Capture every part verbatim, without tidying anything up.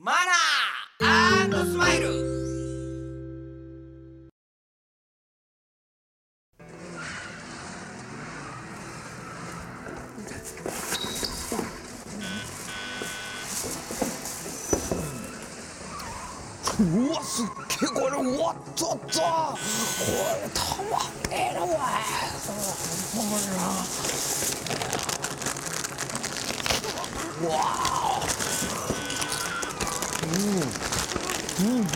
マナー&スマイル。 うわ、すっげえ、これ、うわっとっと、これたまんねえな、おい。うわあ、うんうんうん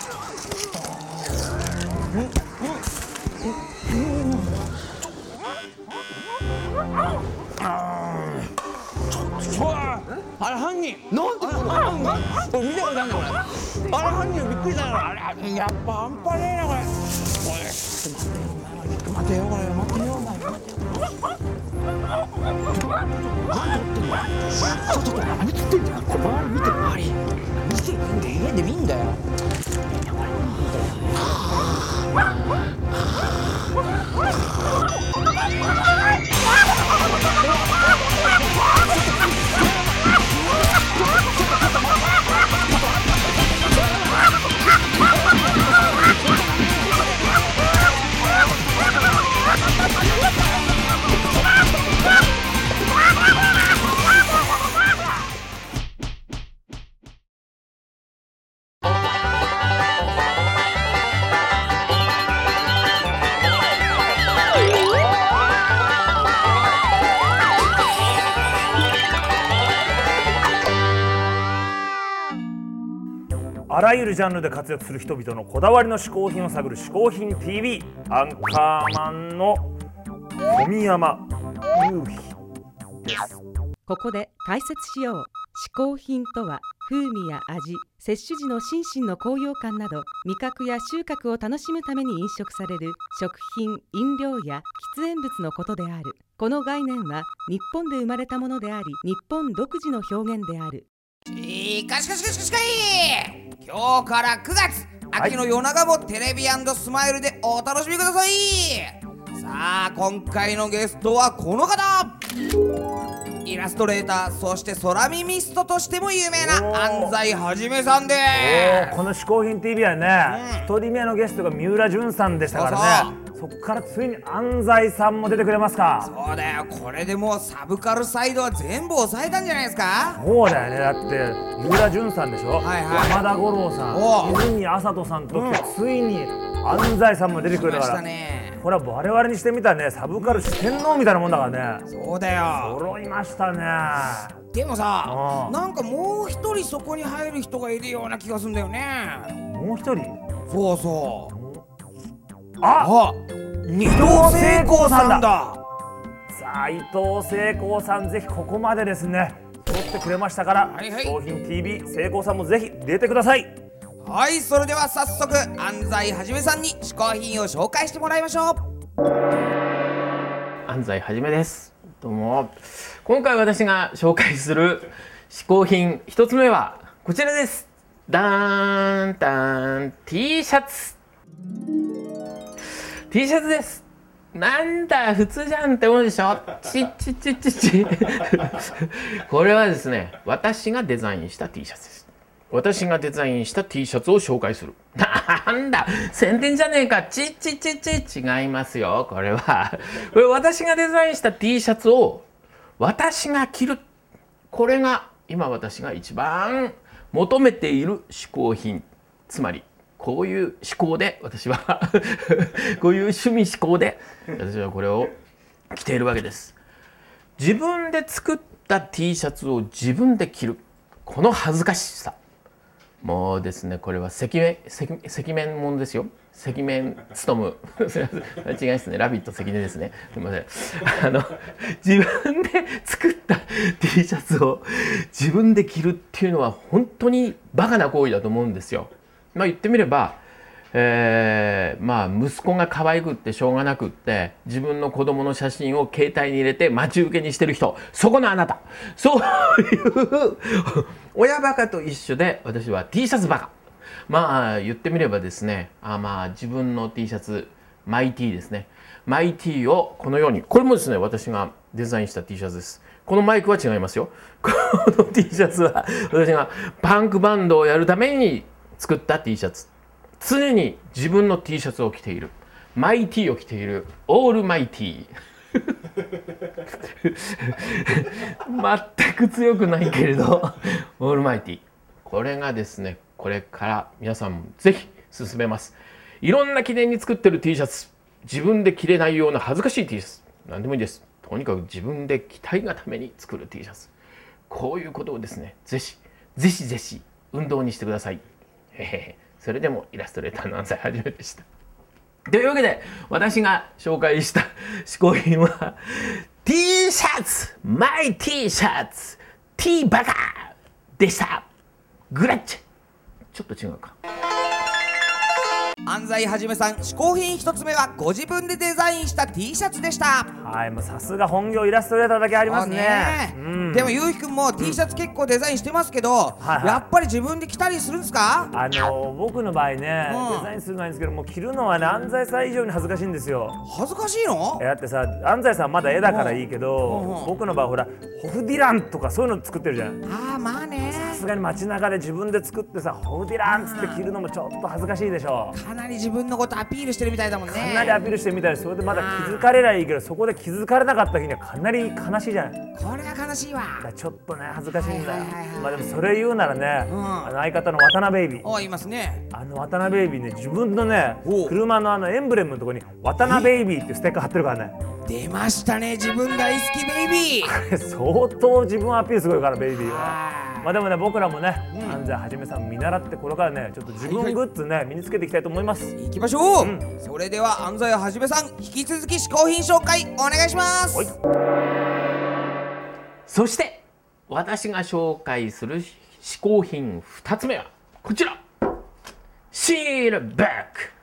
あれ犯人なんでこれ見たことあるんだこれ。あれ犯人びっくりしたよ。あれやっぱ半端ねえなこれ。これちょっと待ってよこれ待ってよ待ってよ。ちょっと何撮ってんだよ。これ周り見て周り見てるんで家で見んだよ。 あらゆるジャンルで活躍する人々のこだわりの嗜好品を探る嗜好品 ティーブイ、 アンカーマンの富山雄飛です。 ここで解説しよう。嗜好品とは風味や味、摂取時の心身の高揚感など味覚や収穫を楽しむために飲食される食品、飲料や喫煙物のことである。この概念は日本で生まれたものであり、日本独自の表現である。 しかしかしかしかしかい今日からくがつ、秋の夜長もテレビ&スマイルでお楽しみください。さあ今回のゲストはこの方、イラストレーター、そして空耳ストとしても有名な安西はじめさんでーす。この嗜好品 ティーブイ はね、一、うん、人目のゲストが三浦淳さんでしたからね。そこからついに安西さんも出てくれますか。 そうだよ、これでもうサブカルサイドは全部抑えたんじゃないですか。 そうだよね、だって三浦淳さんでしょ、はいはい、山田五郎さん、泉麻人さんと、うん、ついに安西さんも出てくれたから、ね、これは我々にしてみたらね、サブカル四天王みたいなもんだからね。 そうだよ、 揃いましたね。 でもさ、なんかもう一人そこに入る人がいるような気がするんだよね。 もう一人？ そうそう、 ああ、伊藤聖光さんだ。 さあ伊藤聖光さん、ぜひここまでですね揃ってくれましたから、 はいはい、 嗜好品 ティーブイ 聖光さんもぜひ出てください。 はい、それでは早速安西はじめさんに嗜好品を紹介してもらいましょう。 安西はじめです。どうも。今回私が紹介する嗜好品一つ目はこちらです。ダーンダーン T シャツ T シャツです。なんだ普通じゃんって思うでしょ。ちちちちちこれはですね、私がデザインした T シャツです。私がデザインした T シャツを紹介する。なんだ宣伝じゃねえか。ちちちち違いますよ。これはこれ私がデザインした T シャツを私が着る。これが今私が一番求めている嗜好品。つまりこういう思考で私はこういう趣味思考で私はこれを着ているわけです。自分で作った T シャツを自分で着る、この恥ずかしさ、もうですね、これは赤面赤面ものですよ。赤面務む違いですね、ラビット関根ですね、すみません。あの自分で作った T シャツを自分で着るっていうのは本当にバカな行為だと思うんですよ。まあ言ってみれば、えー、まあ息子が可愛くってしょうがなくって自分の子供の写真を携帯に入れて待ち受けにしてる人、そこのあなた、そういう親バカと一緒で私は T シャツバカ。まあ言ってみればですね、あまあ自分の T シャツマイ T ですね、マイ T をこのように、これもですね私がデザインした T シャツです。 このマイクは違いますよ。この T シャツは私がパンクバンドをやるために作った T シャツ。常に自分の T シャツを着ている。マイティーを着ている。オールマイティー。全く強くないけれど、オールマイティー。これがですね、これから皆さんもぜひ進めます。いろんな記念に作ってる T シャツ。自分で着れないような恥ずかしい T シャツ。何でもいいです。とにかく自分で着たいがために作る T シャツ。こういうことをですね、ぜひ、ぜひぜひ運動にしてください。へへへ。それでもイラストレーターの安西はじめでした。というわけで、私が紹介した嗜好品は T シャツ、マイ T シャツ、T バカでした。グラッチェ。ちょっと違うか。 安西はじめさん、嗜好品一つ目はご自分でデザインした T シャツでした。 はい、もうさすが本業イラストレーターだけありますね。 ね、うん、でもゆうひくんも T シャツ結構デザインしてますけど、はいはい、やっぱり自分で着たりするんですか？ あの僕の場合ね、うん、デザインするのはいいんですけど、もう着るのはね、安西さん以上に恥ずかしいんですよ。 恥ずかしいの？ だってさ、安西さんまだ絵だからいいけど、僕の場合ほらホフディランとかそういうの作ってるじゃん。 ああ、まあね。 さすがに街中で自分で作ってさ、ホフディランっつって着るのもちょっと恥ずかしいでしょ。 かなり自分のことアピールしてるみたいだもんね。 かなりアピールしてるみたいで、それでまだ気づかれないけど、そこで気づかれなかった日にはかなり悲しいじゃない。 これが悲しいわ。 だちょっとね、恥ずかしいんだよ。まあでもそれ言うならね、うん、あの相方の渡辺ベイビー。 お、いますね。 あの渡辺ベイビーね、自分のね車のあのエンブレムのところに渡辺ベイビーっていうステッカー貼ってるからね。 出ましたね、自分大好きベイビー。 相当自分アピールすごいからベイビーは。まあでもね、僕らもね、うん、安西はじめさん見習ってこれからね、ちょっと自分グッズね、はいはい、身につけていきたいと思います。 行きましょう、うん、それでは安西はじめさん、引き続き嗜好品紹介お願いします。はい、 そして私が紹介する嗜好品ふたつめはこちら、シールバッグ。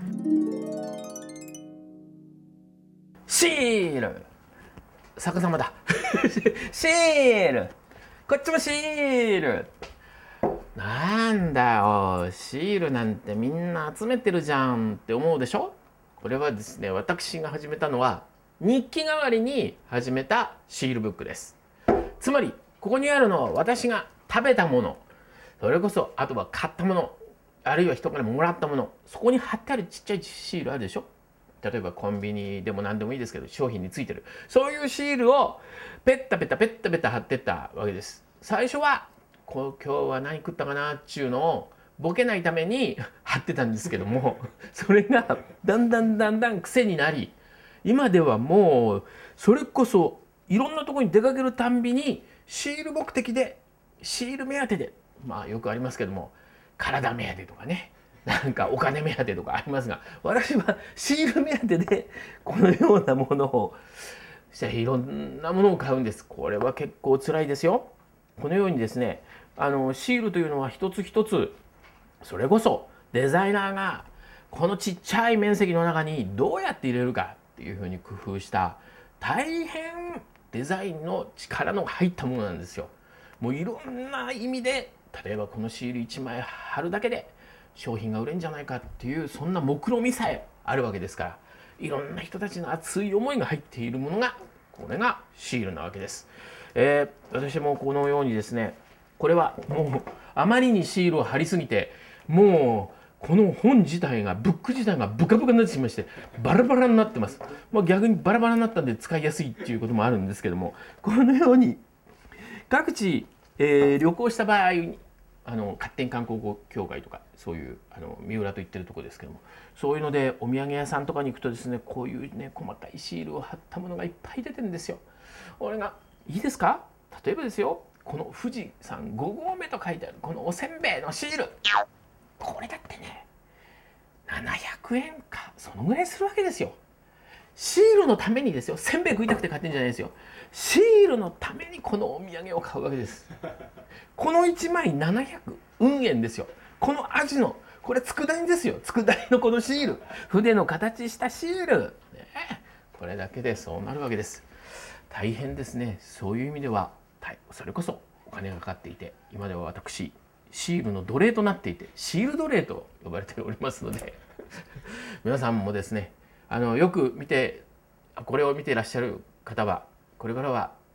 シール逆さまだシール、こっちもシール。なんだよ、シールなんてみんな集めてるじゃんって思うでしょ。これはですね、私が始めたのは日記代わりに始めたシールブックです。つまりここにあるのは私が食べたもの、それこそあとは買ったもの、あるいは人からもらったもの、そこに貼ってあるちっちゃいシールあるでしょ。例えばコンビニでも何でもいいですけど、商品についてるそういうシールをペッタペタペッタペタ貼ってったわけです。最初はこう今日は何食ったかなっちゅうのをボケないために貼ってたんですけども、それがだんだんだんだん癖になり、今ではもうそれこそいろんなところに出かけるたんびにシール目的で、シール目当てで、まあよくありますけども、体目当てとかね、なんかお金目当てとかありますが、私はシール目当てでこのようなものをしていろんなものを買うんです。これは結構辛いですよ。このようにですね、あのシールというのは一つ一つ、それこそデザイナーがこのちっちゃい面積の中にどうやって入れるかっていうふうに工夫した大変デザインの力の入ったものなんですよ。もういろんな意味で、例えばこのシールいちまい貼るだけで商品が売れんじゃないかっていう、そんな目論見さえあるわけですから、いろんな人たちの熱い思いが入っているものが、これがシールなわけです。えー、私もこのようにですね、これはもうあまりにシールを貼りすぎて、もうこの本自体が、ブック自体がブカブカになってしまいまして、バラバラになってます。まあ、逆にバラバラになったんで使いやすいっていうこともあるんですけども、このように各地、えー、旅行した場合に、あの勝手に観光協会とか、そういうあの三浦と言ってるところですけども、そういうのでお土産屋さんとかに行くとですね、こういうね細かいシールを貼ったものがいっぱい出てるんですよ。俺がいいですか、例えばですよ、この富士山ご合目と書いてあるこのおせんべいのシール、これだってねななひゃくえんかそのぐらいするわけですよ。シールのためにですよ、せんべい食いたくて買ってんじゃないですよ。シールのためにこのお土産を買うわけです。このいちまいななひゃくえんですよ。この味の、これ佃煮ですよ。佃煮のこのシール、筆の形したシール、ね、これだけでそうなるわけです。大変ですね。そういう意味ではそれこそお金がかかっていて、今では私シールの奴隷となっていて、シール奴隷と呼ばれておりますので皆さんもですね、あのよく見て、これを見ていらっしゃる方は、これからは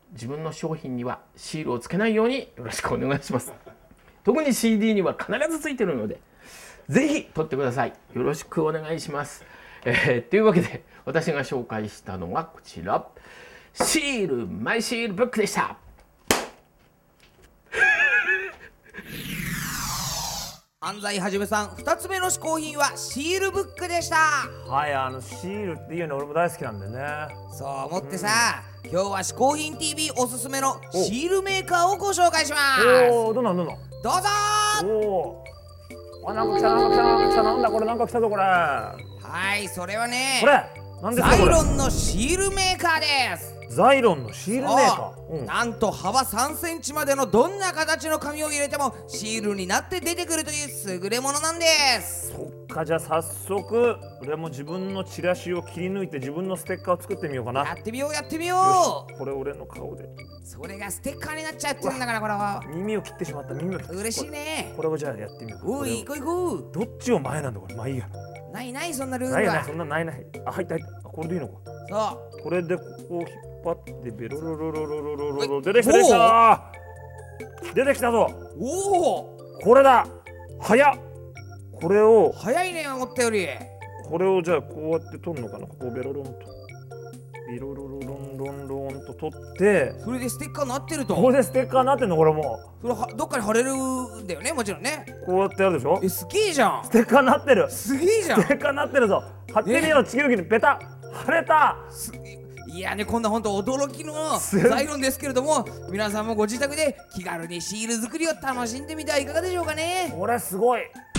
自分の商品にはシールをつけないようによろしくお願いします。特に シーディー には必ずついてるのでぜひ取ってください。よろしくお願いします。えー、というわけで私が紹介したのがこちら、シールマイシールブックでした。 安西はじめさん、ふたつめの嗜好品はシールブックでした。 はい、あのシールっていうの俺も大好きなんでね。 そう思ってさ、うん、今日は嗜好品 ティービー おすすめのシールメーカーをご紹介します。 おお、どんなんどんなん。 どうぞー。 おー、あ、なんか来たなんか来たなんか来た、なんだこれ、なんか来たぞこれ。 はい、それはね、 これなんですか、 ザイロンのシールメーカーです。 ザイロンのシールメーカー、 うん、なんと幅さんセンチまでのどんな形の紙を入れてもシールになって出てくるという優れものなんです。 そっか、じゃあ早速俺も自分のチラシを切り抜いて自分のステッカーを作ってみようかな。 やってみようやってみよう。 これ俺の顔で、 それがステッカーになっちゃってるんだから。これは耳を切ってしまった。耳を切って嬉しいね。 これをじゃあやってみようか。 おい、行こう行こう。 どっちを前なんだこれ。まあいいや。 ないない、そんなルールは。 ないない、そんなないない。あ、入った入った。あ、これでいいのか。 そう、 これでここを引っ張ってベロロロロロロロロロ、出てきた出てきた出てきたぞ。 おお、 これだ。早っ。これを早いね、思ったより。 これをじゃあこうやって取るのかな。ここをベロロンとベロロロロンロンロンと取って、 それでステッカーになってると。 これでステッカーになってんの。これもうそれはどっかに貼れるんだよね、もちろんね。 こうやってやるでしょ。 え、すげえじゃん。 ステッカーになってる。 すげえじゃん。 ステッカーになってるぞ。貼ってみよう。地球儀にペタ貼れた。 いやね、こんな本当驚きのザイロンですけれども、皆さんもご自宅で気軽にシール作りを楽しんでみてはいかがでしょうかね。 これすごい。